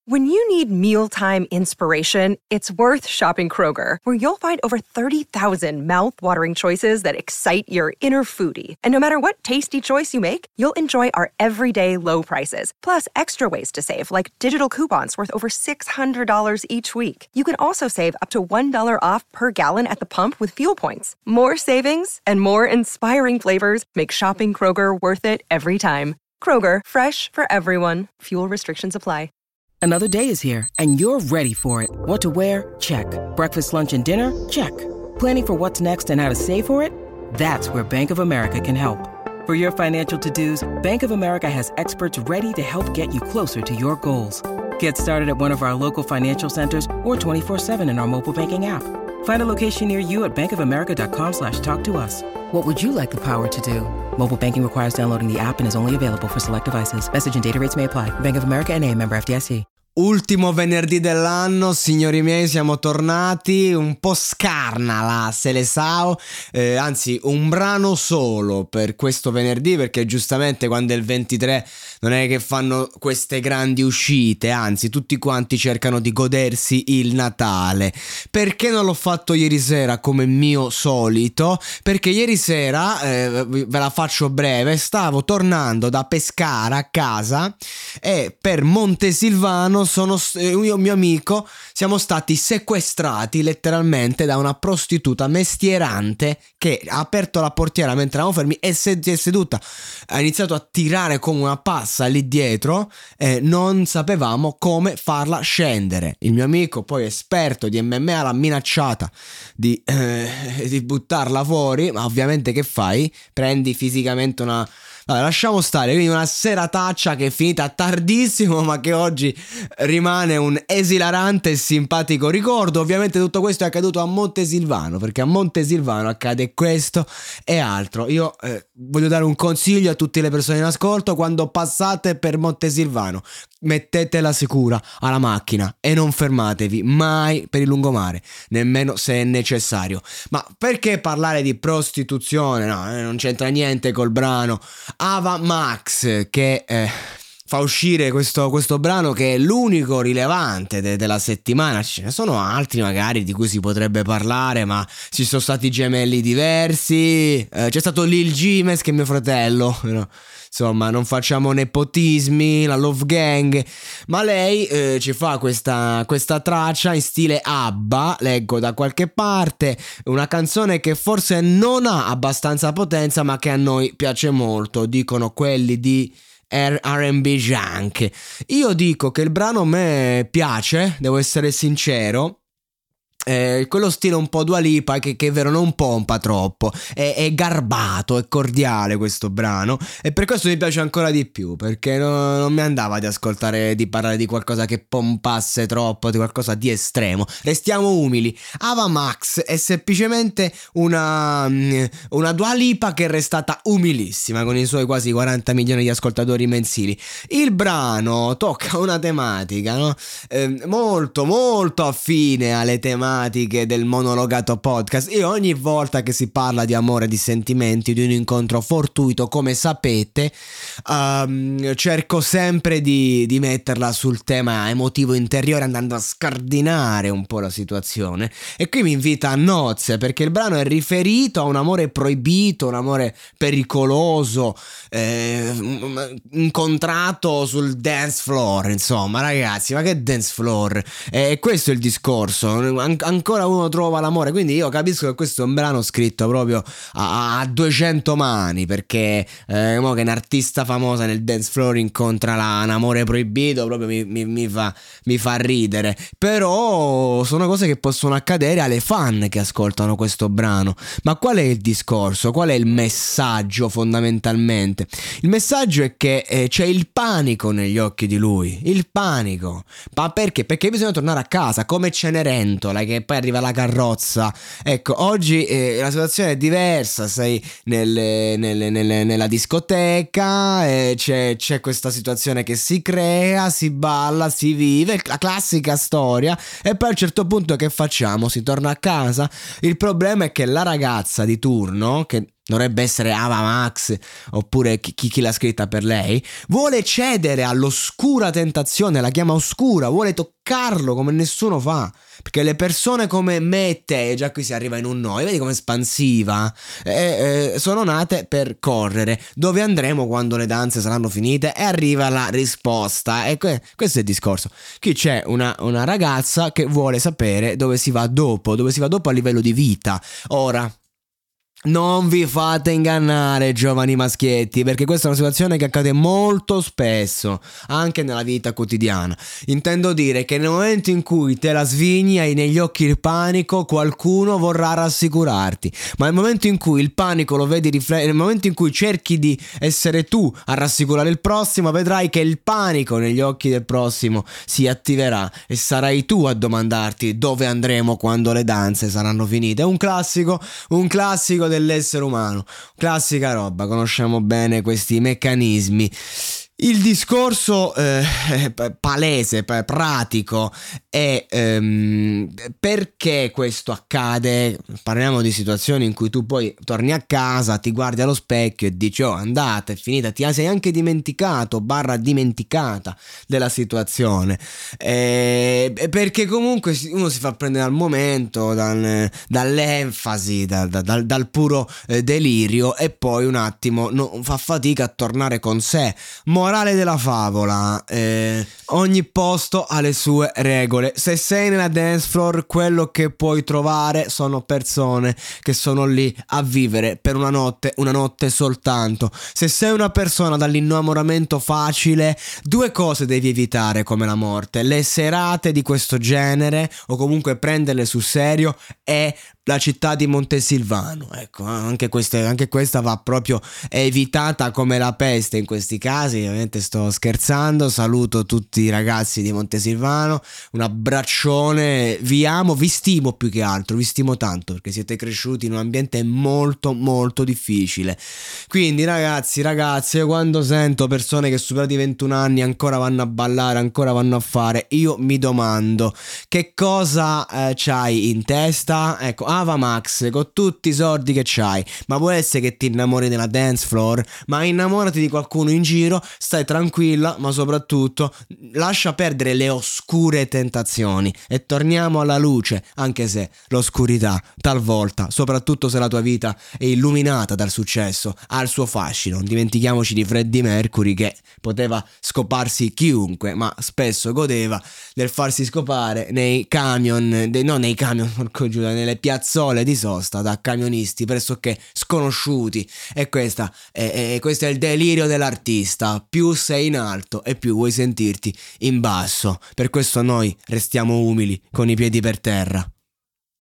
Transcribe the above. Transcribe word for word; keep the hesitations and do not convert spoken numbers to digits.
When you need mealtime inspiration, it's worth shopping Kroger, where you'll find over thirty thousand mouth-watering choices that excite your inner foodie. And no matter what tasty choice you make, you'll enjoy our everyday low prices, plus extra ways to save, like digital coupons worth over six hundred dollars each week. You can also save up to one dollar off per gallon at the pump with fuel points. More savings and more inspiring flavors make shopping Kroger worth it every time. Kroger, fresh for everyone. Fuel restrictions apply. Another day is here, and you're ready for it. What to wear? Check. Breakfast, lunch, and dinner? Check. Planning for what's next and how to save for it? That's where Bank of America can help. For your financial to-dos, Bank of America has experts ready to help get you closer to your goals. Get started at one of our local financial centers or twenty-four seven in our mobile banking app. Find a location near you at bankofamerica.com slash talk to us. What would you like the power to do? Mobile banking requires downloading the app and is only available for select devices. Message and data rates may apply. Bank of America N A, member F D I C. Ultimo venerdì dell'anno, signori miei, siamo tornati, un po' scarna la Seleção, eh, anzi un brano solo per questo venerdì, perché giustamente quando è il ventitré non è che fanno queste grandi uscite, anzi tutti quanti cercano di godersi il Natale. Perché non l'ho fatto ieri sera come mio solito? Perché ieri sera, eh, ve la faccio breve, stavo tornando da Pescara a casa e per Montesilvano sono io e un mio amico siamo stati sequestrati letteralmente da una prostituta mestierante che ha aperto la portiera mentre eravamo fermi e si è seduta, ha iniziato a tirare come una passa lì dietro e non sapevamo come farla scendere. Il mio amico, poi esperto di M M A, l'ha minacciata di, eh, di buttarla fuori, ma ovviamente che fai? Prendi fisicamente una... Vabbè, lasciamo stare, quindi una serataccia che è finita tardissimo ma che oggi rimane un esilarante e simpatico ricordo. Ovviamente tutto questo è accaduto a Montesilvano, perché a Montesilvano accade questo e altro. Io eh, voglio dare un consiglio a tutte le persone in ascolto: quando passate per Montesilvano mettetela sicura alla macchina e non fermatevi mai per il lungomare, nemmeno se è necessario. Ma perché parlare di prostituzione? No, eh, non c'entra niente col brano Ava Max, che eh, fa uscire questo, questo brano, che è l'unico rilevante de- della settimana. Ce ne sono altri magari di cui si potrebbe parlare, ma ci sono stati gemelli diversi, eh, c'è stato Lil Gimes che è mio fratello, no? Insomma, non facciamo nepotismi, la Love Gang, ma lei eh, ci fa questa, questa traccia in stile ABBA, leggo da qualche parte, una canzone che forse non ha abbastanza potenza ma che a noi piace molto, dicono quelli di R and B Junk. Io dico che il brano a me piace, devo essere sincero. Eh, quello stile un po' Dua Lipa che, che è vero non pompa troppo, è, è garbato, è cordiale questo brano e per questo mi piace ancora di più, perché no, non mi andava di ascoltare, di parlare di qualcosa che pompasse troppo, di qualcosa di estremo. Restiamo umili. Ava Max è semplicemente una, una Dua Lipa che è restata umilissima con i suoi quasi quaranta milioni di ascoltatori mensili. Il brano tocca una tematica, no? eh, molto molto affine alle tematiche del monologato podcast. Io ogni volta che si parla di amore, di sentimenti, di un incontro fortuito, come sapete, um, cerco sempre di, di metterla sul tema emotivo interiore, andando a scardinare un po' la situazione. E qui mi invita a nozze, perché il brano è riferito a un amore proibito, un amore pericoloso, eh, incontrato sul dance floor. Insomma, ragazzi, ma che dance floor? E eh, questo è il discorso. An- ancora uno trova l'amore, quindi io capisco che questo è un brano scritto proprio a, a duecento mani, perché eh, mo che un artista famosa nel dance floor incontra la, un amore proibito proprio mi, mi, mi, fa, mi fa ridere. Però sono cose che possono accadere alle fan che ascoltano questo brano. Ma qual è il discorso? Qual è il messaggio fondamentalmente? Il messaggio è che eh, c'è il panico negli occhi di lui, il panico. Ma perché? Perché bisogna tornare a casa come Cenerentola, che poi arriva la carrozza. Ecco, oggi eh, la situazione è diversa, sei nelle, nelle, nelle, nella discoteca, eh, c'è, c'è questa situazione che si crea, si balla, si vive, la classica storia, e poi a un certo punto che facciamo? Si torna a casa. Il problema è che la ragazza di turno, che dovrebbe essere Ava Max oppure chi, chi l'ha scritta per lei, vuole cedere all'oscura tentazione, la chiama oscura, vuole toccarlo come nessuno fa, perché le persone come me e te, già qui si arriva in un noi, vedi come espansiva, eh, eh, sono nate per correre. Dove andremo quando le danze saranno finite? E arriva la risposta, e que- questo è il discorso. Qui c'è una, una ragazza che vuole sapere dove si va dopo, dove si va dopo a livello di vita. Ora, non vi fate ingannare, giovani maschietti, perché questa è una situazione che accade molto spesso, anche nella vita quotidiana. Intendo dire che nel momento in cui te la svigni, hai negli occhi il panico, qualcuno vorrà rassicurarti. Ma nel momento in cui il panico lo vedi riflettere, nel momento in cui cerchi di essere tu a rassicurare il prossimo, vedrai che il panico negli occhi del prossimo si attiverà e sarai tu a domandarti dove andremo quando le danze saranno finite. È un classico, un classico dell'essere umano, classica roba, conosciamo bene questi meccanismi. Il discorso eh, palese, pratico è ehm, perché questo accade. Parliamo di situazioni in cui tu poi torni a casa, ti guardi allo specchio e dici: oh, andata, è finita, ti sei anche dimenticato barra dimenticata della situazione, eh, perché comunque uno si fa prendere al momento, dal, dall'enfasi, da, da, dal, dal puro eh, delirio, e poi un attimo no, fa fatica a tornare con sé. Morale della favola, eh, ogni posto ha le sue regole. Se sei nella dance floor, quello che puoi trovare sono persone che sono lì a vivere per una notte, una notte soltanto. Se sei una persona dall'innamoramento facile, due cose devi evitare come la morte: le serate di questo genere, o comunque prenderle sul serio, e la città di Montesilvano. Ecco, anche questa, anche questa va proprio evitata come la peste in questi casi. Ovviamente sto scherzando, saluto tutti i ragazzi di Montesilvano, un abbraccione, vi amo, vi stimo più che altro, vi stimo tanto perché siete cresciuti in un ambiente molto molto difficile. Quindi ragazzi, ragazze, io quando sento persone che superati i ventuno anni ancora vanno a ballare, ancora vanno a fare, io mi domando che cosa eh, c'hai in testa. Ecco, Ava Max, con tutti i soldi che c'hai, ma può essere che ti innamori della dance floor? Ma innamorati di qualcuno in giro, stai tranquilla, ma soprattutto lascia perdere le oscure tentazioni e torniamo alla luce, anche se l'oscurità talvolta, soprattutto se la tua vita è illuminata dal successo, ha il suo fascino. Non dimentichiamoci di Freddie Mercury, che poteva scoparsi chiunque, ma spesso godeva del farsi scopare nei camion, dei, no nei camion, porco giuda, nelle piazzole di sosta da camionisti pressoché sconosciuti. E questa è, è, questo è il delirio dell'artista: più sei in alto e più vuoi sentirti in basso. Per questo noi restiamo umili con i piedi per terra.